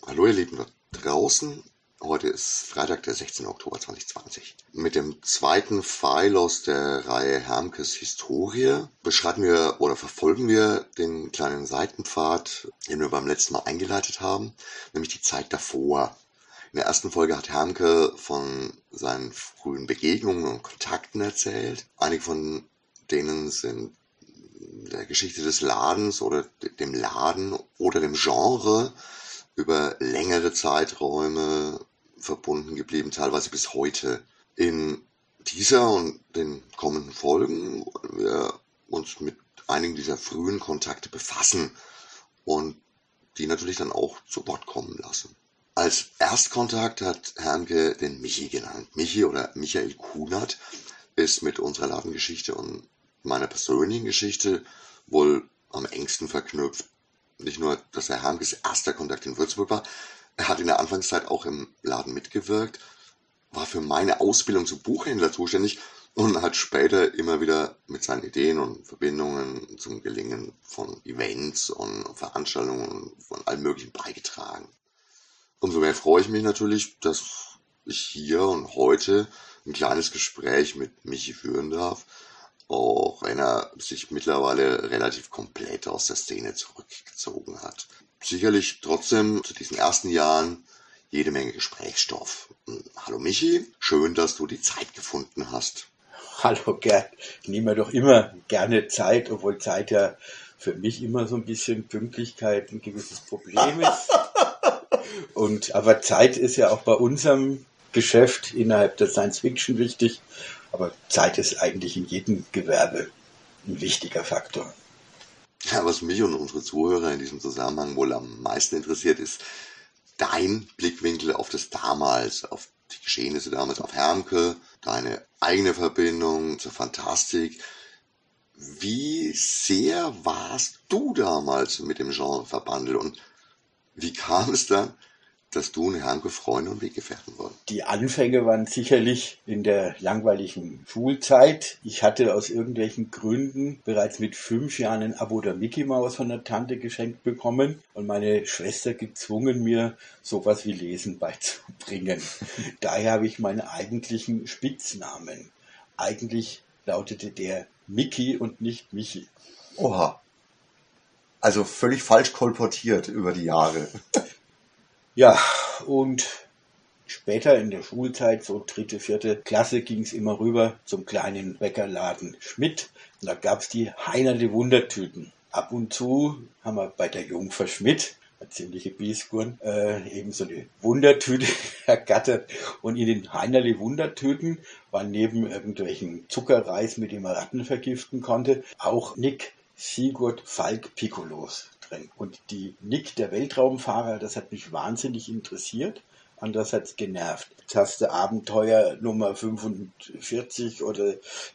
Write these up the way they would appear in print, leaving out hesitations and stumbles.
Hallo ihr Lieben da draußen, heute ist Freitag, der 16. Oktober 2020. Mit dem zweiten Pfeil aus der Reihe Hermkes Historie beschreiten wir oder verfolgen wir den kleinen Seitenpfad, den wir beim letzten Mal eingeleitet haben, nämlich die Zeit davor. In der ersten Folge hat Hermke von seinen frühen Begegnungen und Kontakten erzählt. Einige von denen sind der Geschichte des Ladens oder dem Laden oder dem Genre über längere Zeiträume verbunden geblieben, teilweise bis heute. In dieser und den kommenden Folgen wollen wir uns mit einigen dieser frühen Kontakte befassen und die natürlich dann auch zu Wort kommen lassen. Als Erstkontakt hat Hermke den Michi genannt. Michi oder Michael Kunert ist mit unserer Ladengeschichte und meiner persönlichen Geschichte wohl am engsten verknüpft. Nicht nur, dass er Hermkes erster Kontakt in Würzburg war, er hat in der Anfangszeit auch im Laden mitgewirkt, war für meine Ausbildung zum Buchhändler zuständig und hat später immer wieder mit seinen Ideen und Verbindungen zum Gelingen von Events und Veranstaltungen von allem Möglichen beigetragen. Umso mehr freue ich mich natürlich, dass ich hier und heute ein kleines Gespräch mit Michi führen darf, auch wenn er sich mittlerweile relativ komplett aus der Szene zurückgezogen hat. Sicherlich trotzdem zu diesen ersten Jahren jede Menge Gesprächsstoff. Hallo Michi, schön, dass du die Zeit gefunden hast. Hallo Gerd, ich nehme mir doch immer gerne Zeit, obwohl Zeit ja für mich immer so ein bisschen Pünktlichkeit ein gewisses Problem ist. Aber Zeit ist ja auch bei unserem Geschäft innerhalb der Science Fiction wichtig. Aber Zeit ist eigentlich in jedem Gewerbe ein wichtiger Faktor. Ja, was mich und unsere Zuhörer in diesem Zusammenhang wohl am meisten interessiert, ist dein Blickwinkel auf das damals, auf die Geschehnisse damals, auf Hermke, deine eigene Verbindung zur Fantastik. Wie sehr warst du damals mit dem Genre verbandelt und wie kam es dann, dass du und Hermke Freunde und Weggefährten wurden? Die Anfänge waren sicherlich in der langweiligen Schulzeit. Ich hatte aus irgendwelchen Gründen bereits mit 5 Jahren ein Abo der Mickey Maus von der Tante geschenkt bekommen und meine Schwester gezwungen, mir sowas wie Lesen beizubringen. Daher habe ich meinen eigentlichen Spitznamen. Eigentlich lautete der Mickey und nicht Michi. Oha. Also völlig falsch kolportiert über die Jahre. Ja, und später in der Schulzeit, so 3., 4. Klasse, ging es immer rüber zum kleinen Bäckerladen Schmidt. Und da gab es die Heinerle Wundertüten. Ab und zu haben wir bei der Jungfer Schmidt, eine ziemliche Bieskuren, eben so eine Wundertüte ergattert. Und in den Heinerle Wundertüten war neben irgendwelchen Zuckerreis, mit dem man Ratten vergiften konnte, auch Nick, Sigurd, Falk, Piccolos drin. Und die Nick, der Weltraumfahrer, das hat mich wahnsinnig interessiert. Andererseits genervt. Jetzt hast du Abenteuer Nummer 45 oder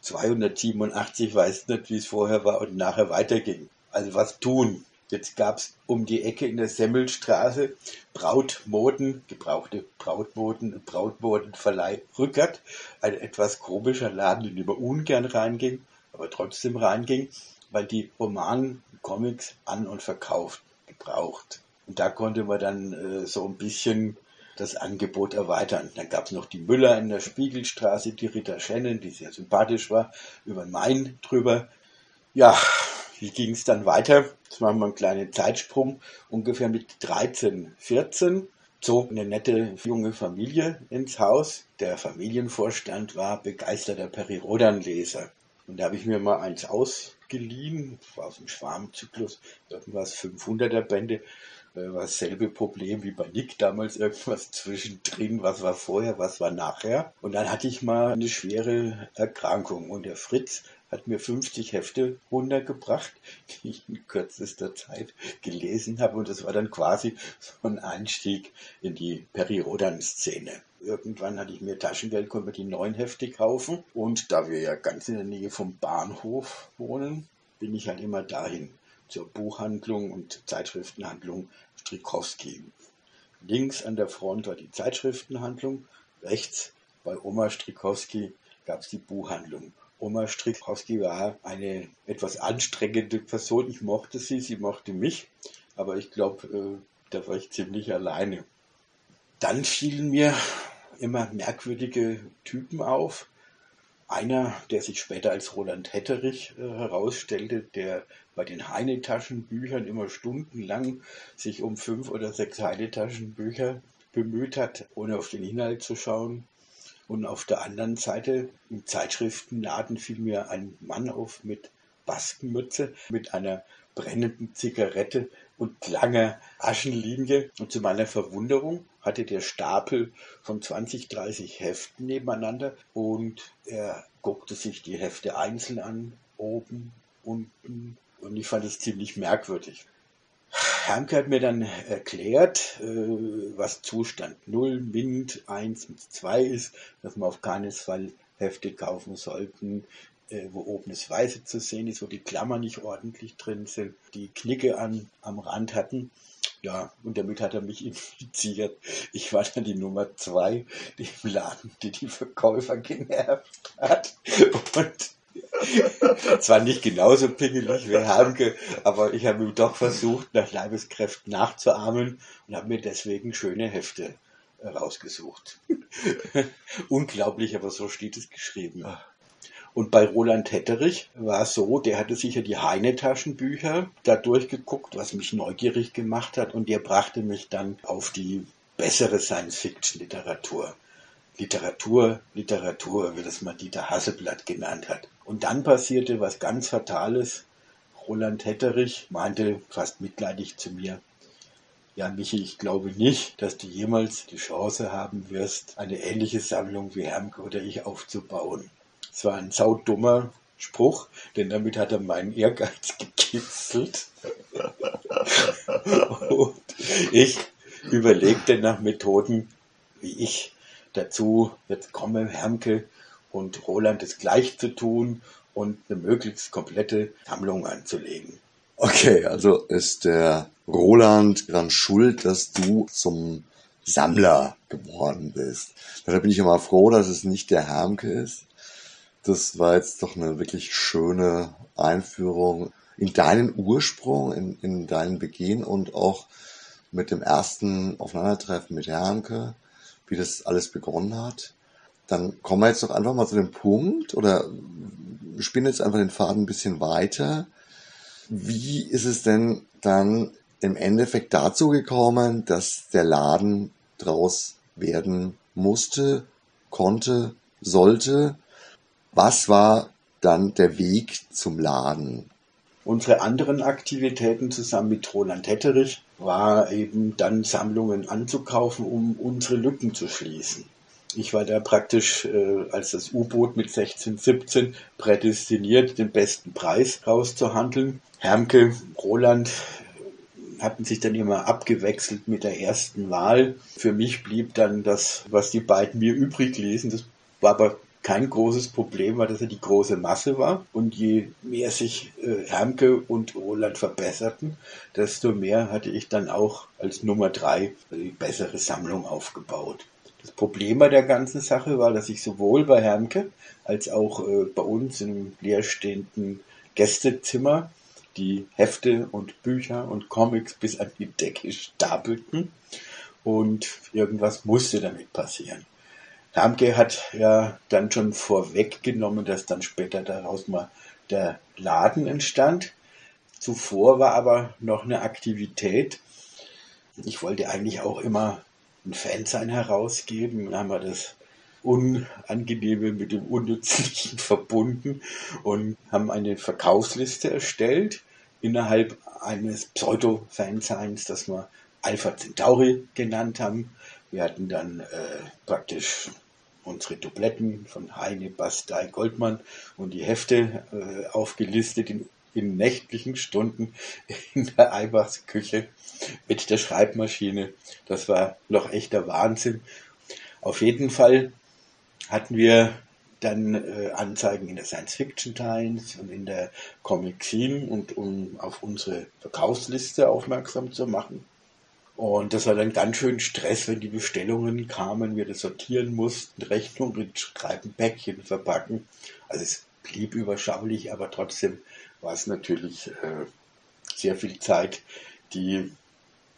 287, weiß nicht, wie es vorher war und nachher weiterging. Also was tun? Jetzt gab es um die Ecke in der Semmelstraße Brautmoden, gebrauchte Brautmoden, Brautmodenverleih Rückert. Ein etwas komischer Laden, in den man ungern reinging, aber trotzdem reinging, weil die Romanen, Comics an- und verkauft, gebraucht. Und da konnte man dann so ein bisschen das Angebot erweitern. Dann gab es noch die Müller in der Spiegelstraße, die Ritter Schennen, die sehr sympathisch war, über den Main drüber. Ja, wie ging es dann weiter? Jetzt machen wir einen kleinen Zeitsprung. Ungefähr mit 13, 14 zog eine nette junge Familie ins Haus. Der Familienvorstand war begeisterter Peri-Rodan-Leser. Und da habe ich mir mal eins ausgeliehen, das war aus dem Schwarmzyklus, irgendwas 500er Bände. War dasselbe Problem wie bei Nick damals, irgendwas zwischendrin, was war vorher, was war nachher. Und dann hatte ich mal eine schwere Erkrankung und der Fritz hat mir 50 Hefte runtergebracht, die ich in kürzester Zeit gelesen habe. Und das war dann quasi so ein Einstieg in die Peri-Rodan-Szene. Irgendwann hatte ich mir Taschengeld, konnte mir die 9 Hefte kaufen. Und da wir ja ganz in der Nähe vom Bahnhof wohnen, bin ich halt immer dahin zur Buchhandlung und Zeitschriftenhandlung Strikowski. Links an der Front war die Zeitschriftenhandlung, rechts bei Oma Strikowski gab es die Buchhandlung. Oma Strikowski war eine etwas anstrengende Person. Ich mochte sie, sie mochte mich, aber ich glaube, Da war ich ziemlich alleine. Dann fielen mir immer merkwürdige Typen auf. Einer, der sich später als Roland Hetterich herausstellte, der bei den Heine-Taschenbüchern immer stundenlang sich um 5 oder 6 Heine-Taschenbücher bemüht hat, ohne auf den Inhalt zu schauen. Und auf der anderen Seite, im Zeitschriftenladen, fiel mir ein Mann auf mit Baskenmütze, mit einer brennenden Zigarette und langer Aschenlinie. Und zu meiner Verwunderung hatte der Stapel von 20, 30 Heften nebeneinander und er guckte sich die Hefte einzeln an, oben, unten, und ich fand es ziemlich merkwürdig. Hermke hat mir dann erklärt, was Zustand 0, Mint 1 und 2 ist, dass man auf keinen Fall Hefte kaufen sollten, wo oben das Weiße zu sehen ist, wo die Klammern nicht ordentlich drin sind, die Knicke am Rand hatten. Ja, und damit hat er mich infiziert. Ich war dann die Nummer 2, die im Laden, die Verkäufer genervt hat. Und zwar nicht genauso pingelig wie Hermke, aber ich habe ihm doch versucht, nach Leibeskräften nachzuahmen und habe mir deswegen schöne Hefte rausgesucht. Unglaublich, aber so steht es geschrieben. Und bei Roland Hetterich war es so, der hatte sicher die Heine-Taschenbücher da durchgeguckt, was mich neugierig gemacht hat, und der brachte mich dann auf die bessere Science-Fiction-Literatur. Literatur, wie das mal Dieter Hasselblatt genannt hat. Und dann passierte was ganz Fatales. Roland Hetterich meinte fast mitleidig zu mir: Ja, Michi, ich glaube nicht, dass du jemals die Chance haben wirst, eine ähnliche Sammlung wie Hermke oder ich aufzubauen. Es war ein saudummer Spruch, denn damit hat er meinen Ehrgeiz gekitzelt. Und ich überlegte nach Methoden, wie ich dazu jetzt komme, Hermke und Roland es gleich zu tun und eine möglichst komplette Sammlung anzulegen. Okay, also ist der Roland dran schuld, dass du zum Sammler geworden bist. Da bin ich immer froh, dass es nicht der Hermke ist. Das war jetzt doch eine wirklich schöne Einführung in deinen Ursprung, in dein Beginn und auch mit dem ersten Aufeinandertreffen mit Hermke, wie das alles begonnen hat. Dann kommen wir jetzt doch einfach mal zu dem Punkt oder spinnen jetzt einfach den Faden ein bisschen weiter. Wie ist es denn dann im Endeffekt dazu gekommen, dass der Laden draus werden musste, konnte, sollte? Was war dann der Weg zum Laden? Unsere anderen Aktivitäten zusammen mit Roland Hetterich war eben dann Sammlungen anzukaufen, um unsere Lücken zu schließen. Ich war da praktisch als das U-Boot mit 16, 17 prädestiniert, den besten Preis rauszuhandeln. Hermke, Roland hatten sich dann immer abgewechselt mit der ersten Wahl. Für mich blieb dann das, was die beiden mir übrig ließen. Das war aber kein großes Problem, weil das ja die große Masse war. Und je mehr sich Hermke und Roland verbesserten, desto mehr hatte ich dann auch als Nummer 3 die bessere Sammlung aufgebaut. Das Problem bei der ganzen Sache war, dass ich sowohl bei Hermke als auch bei uns im leerstehenden Gästezimmer die Hefte und Bücher und Comics bis an die Decke stapelten und irgendwas musste damit passieren. Hermke hat ja dann schon vorweggenommen, dass dann später daraus mal der Laden entstand. Zuvor war aber noch eine Aktivität. Ich wollte eigentlich auch immer ein Fansein herausgeben. Dann haben wir das Unangenehme mit dem Unnützlichen verbunden und haben eine Verkaufsliste erstellt innerhalb eines Pseudo-Fanseins, das wir Alpha Centauri genannt haben. Wir hatten dann praktisch unsere Dubletten von Heine, Bastei, Goldmann und die Hefte aufgelistet in nächtlichen Stunden in der Eibachs Küche mit der Schreibmaschine. Das war noch echter Wahnsinn. Auf jeden Fall hatten wir dann Anzeigen in der Science Fiction Times und in der Comic Scene, und um auf unsere Verkaufsliste aufmerksam zu machen. Und das war dann ganz schön Stress, wenn die Bestellungen kamen, wir das sortieren mussten, Rechnungen schreiben, Päckchen verpacken. Also es blieb überschaulich, aber trotzdem war es natürlich sehr viel Zeit, die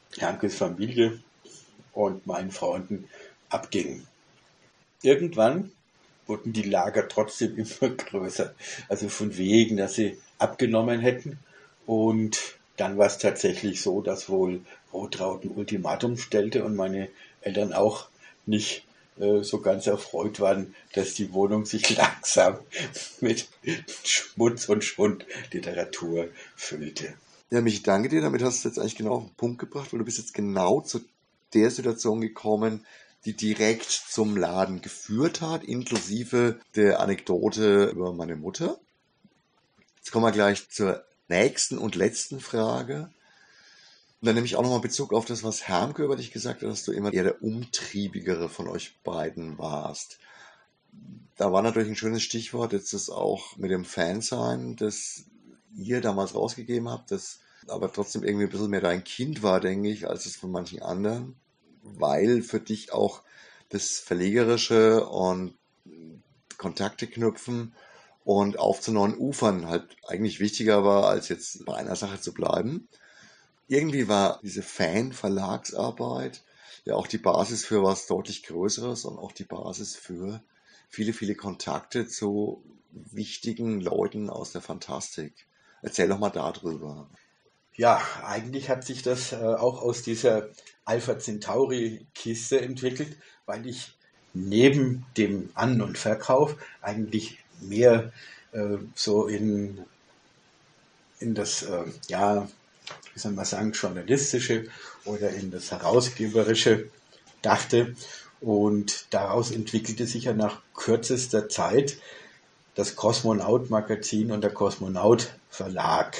Hermkes Familie und meinen Freunden abging. Irgendwann wurden die Lager trotzdem immer größer. Also von wegen, dass sie abgenommen hätten. Und dann war es tatsächlich so, dass wohl Rotraud ein Ultimatum stellte und meine Eltern auch nicht so ganz erfreut waren, dass die Wohnung sich langsam mit Schmutz und Schundliteratur füllte. Ja, Michi, danke dir. Damit hast du jetzt eigentlich genau auf den Punkt gebracht, weil du bist jetzt genau zu der Situation gekommen, die direkt zum Laden geführt hat, inklusive der Anekdote über meine Mutter. Jetzt kommen wir gleich zur nächsten und letzten Frage. Und dann nehme ich auch nochmal Bezug auf das, was Hermke über dich gesagt hat, dass du immer eher der Umtriebigere von euch beiden warst. Da war natürlich ein schönes Stichwort, jetzt das auch mit dem Fansein, das ihr damals rausgegeben habt, das aber trotzdem irgendwie ein bisschen mehr dein Kind war, denke ich, als es von manchen anderen, weil für dich auch das Verlegerische und Kontakte knüpfen und auf zu neuen Ufern halt eigentlich wichtiger war, als jetzt bei einer Sache zu bleiben. Irgendwie war diese Fan-Verlagsarbeit ja auch die Basis für was deutlich Größeres und auch die Basis für viele, viele Kontakte zu wichtigen Leuten aus der Fantastik. Erzähl doch mal darüber. Ja, eigentlich hat sich das auch aus dieser Alpha Centauri-Kiste entwickelt, weil ich neben dem An- und Verkauf eigentlich mehr so in das, wie soll man sagen, journalistische oder in das herausgeberische dachte. Und daraus entwickelte sich ja nach kürzester Zeit das Kosmonaut-Magazin und der Kosmonaut-Verlag.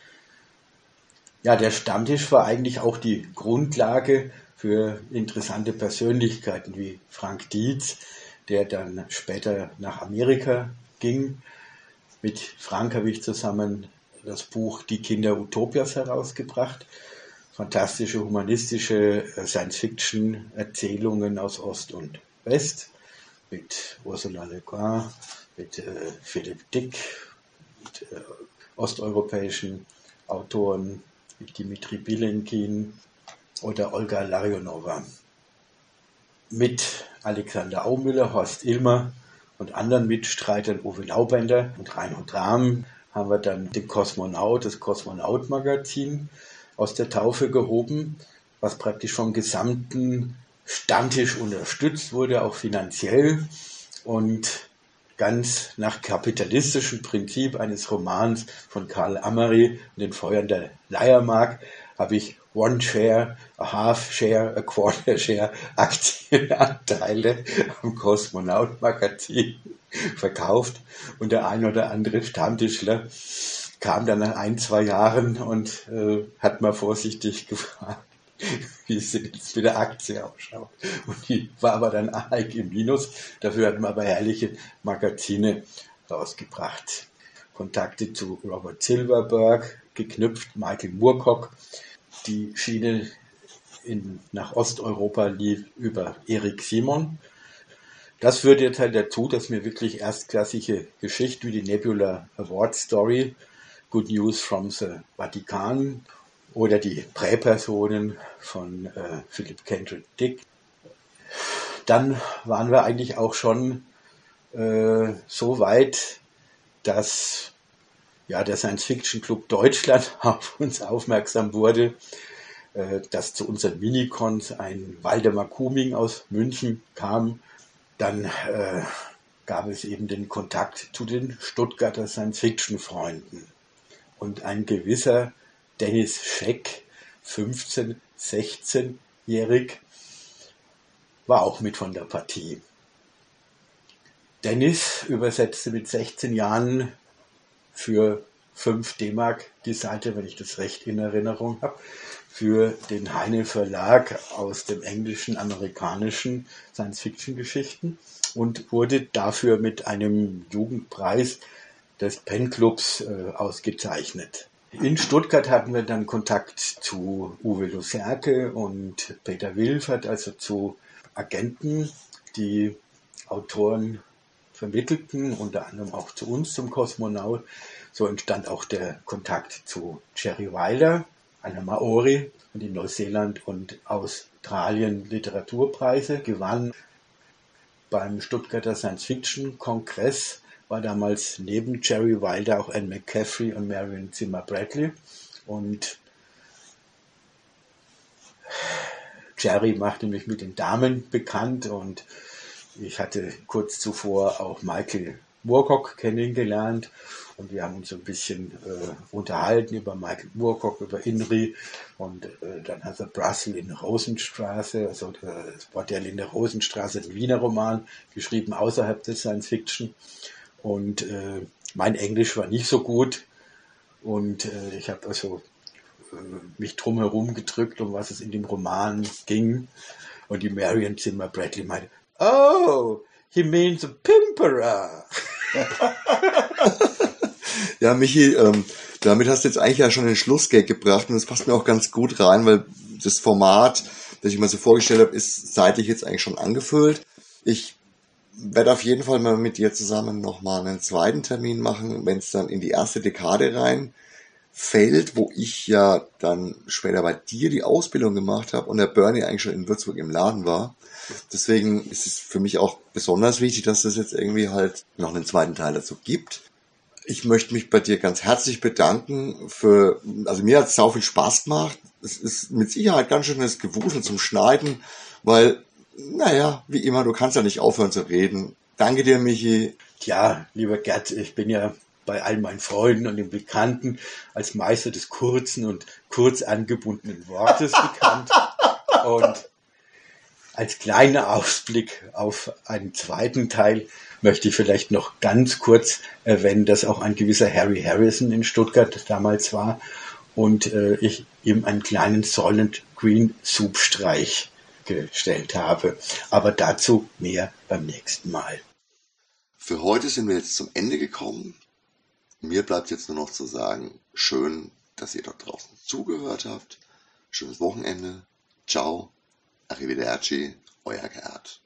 Ja, der Stammtisch war eigentlich auch die Grundlage für interessante Persönlichkeiten wie Frank Dietz, der dann später nach Amerika ging. Mit Frank habe ich zusammen das Buch Die Kinder Utopias herausgebracht. Fantastische humanistische Science-Fiction-Erzählungen aus Ost und West mit Ursula Le Guin, mit Philipp Dick, mit osteuropäischen Autoren wie Dimitri Bilenkin oder Olga Larionova. Mit Alexander Aumüller, Horst Ilmer und anderen Mitstreitern, Uwe Laubender und Reinhold Rahm, haben wir dann den Kosmonaut, das Kosmonaut-Magazin aus der Taufe gehoben, was praktisch vom gesamten Stammtisch unterstützt wurde, auch finanziell und ganz nach kapitalistischem Prinzip eines Romans von Karl Amary und den Feuern der Leiermark habe ich One Share, a Half Share, a Quarter Share Aktienanteile am Kosmonaut-Magazin verkauft und der ein oder andere Stammtischler kam dann nach 1-2 Jahren und hat mal vorsichtig gefragt, wie es jetzt mit der Aktie ausschaut. Und die war aber dann arg im Minus. Dafür hatten wir aber herrliche Magazine rausgebracht. Kontakte zu Robert Silverberg geknüpft, Michael Moorcock. Die Schiene nach Osteuropa lief über Erik Simon. Das führt jetzt halt dazu, dass mir wirklich erstklassige Geschichten wie die Nebula Award Story, Good News from the Vatikan oder die Präpersonen von Philip Kendrick Dick. Dann waren wir eigentlich auch schon so weit, dass der Science-Fiction-Club Deutschland auf uns aufmerksam wurde, dass zu unseren Minicons ein Waldemar Kuming aus München kam. Dann gab es eben den Kontakt zu den Stuttgarter Science-Fiction-Freunden. Und ein gewisser Dennis Scheck, 15-, 16-jährig, war auch mit von der Partie. Dennis übersetzte mit 16 Jahren für 5 D-Mark die Seite, wenn ich das recht in Erinnerung habe, für den Heine Verlag aus dem englischen, amerikanischen Science-Fiction-Geschichten und wurde dafür mit einem Jugendpreis des Pen-Clubs ausgezeichnet. In Stuttgart hatten wir dann Kontakt zu Uwe Luserke und Peter Wilfert, also zu Agenten, die Autoren vermittelten, unter anderem auch zu uns, zum Kosmonaut. So entstand auch der Kontakt zu Jerry Weiler, einer Maori und in Neuseeland und Australien Literaturpreise, gewann beim Stuttgarter Science-Fiction-Kongress, war damals neben Jerry Wilder auch Anne McCaffrey und Marion Zimmer Bradley. Und Jerry machte mich mit den Damen bekannt und ich hatte kurz zuvor auch Michael Moorcock kennengelernt und wir haben uns so ein bisschen unterhalten über Michael Moorcock, über Inri und dann hat er Russell in der Rosenstraße, also das Bordell in der Rosenstraße, ein Wiener Roman geschrieben außerhalb des Science Fiction und mein Englisch war nicht so gut und ich habe also mich drumherum gedrückt, um was es in dem Roman ging und die Marion Zimmer Bradley meinte, oh, he means a pimperer. Ja, Michi, damit hast du jetzt eigentlich ja schon den Schlussgag gebracht und das passt mir auch ganz gut rein, weil das Format, das ich mir so vorgestellt habe, ist seitlich jetzt eigentlich schon angefüllt. Ich werde auf jeden Fall mal mit dir zusammen nochmal einen zweiten Termin machen, wenn es dann in die erste Dekade rein fällt, wo ich ja dann später bei dir die Ausbildung gemacht habe und der Bernie eigentlich schon in Würzburg im Laden war. Deswegen ist es für mich auch besonders wichtig, dass es jetzt irgendwie halt noch einen zweiten Teil dazu gibt. Ich möchte mich bei dir ganz herzlich bedanken also mir hat es sau viel Spaß gemacht. Es ist mit Sicherheit ganz schönes Gewusel zum Schneiden, weil, naja, wie immer, du kannst ja nicht aufhören zu reden. Danke dir, Michi. Tja, lieber Gerd, ich bin ja bei all meinen Freunden und den Bekannten als Meister des kurzen und kurz angebundenen Wortes bekannt. Und als kleiner Ausblick auf einen zweiten Teil möchte ich vielleicht noch ganz kurz erwähnen, dass auch ein gewisser Harry Harrison in Stuttgart damals war und ich ihm einen kleinen Soylent Green Soup Streich gestellt habe. Aber dazu mehr beim nächsten Mal. Für heute sind wir jetzt zum Ende gekommen. Mir bleibt jetzt nur noch zu sagen, schön, dass ihr dort draußen zugehört habt. Schönes Wochenende. Ciao. Arrivederci. Euer Gerd.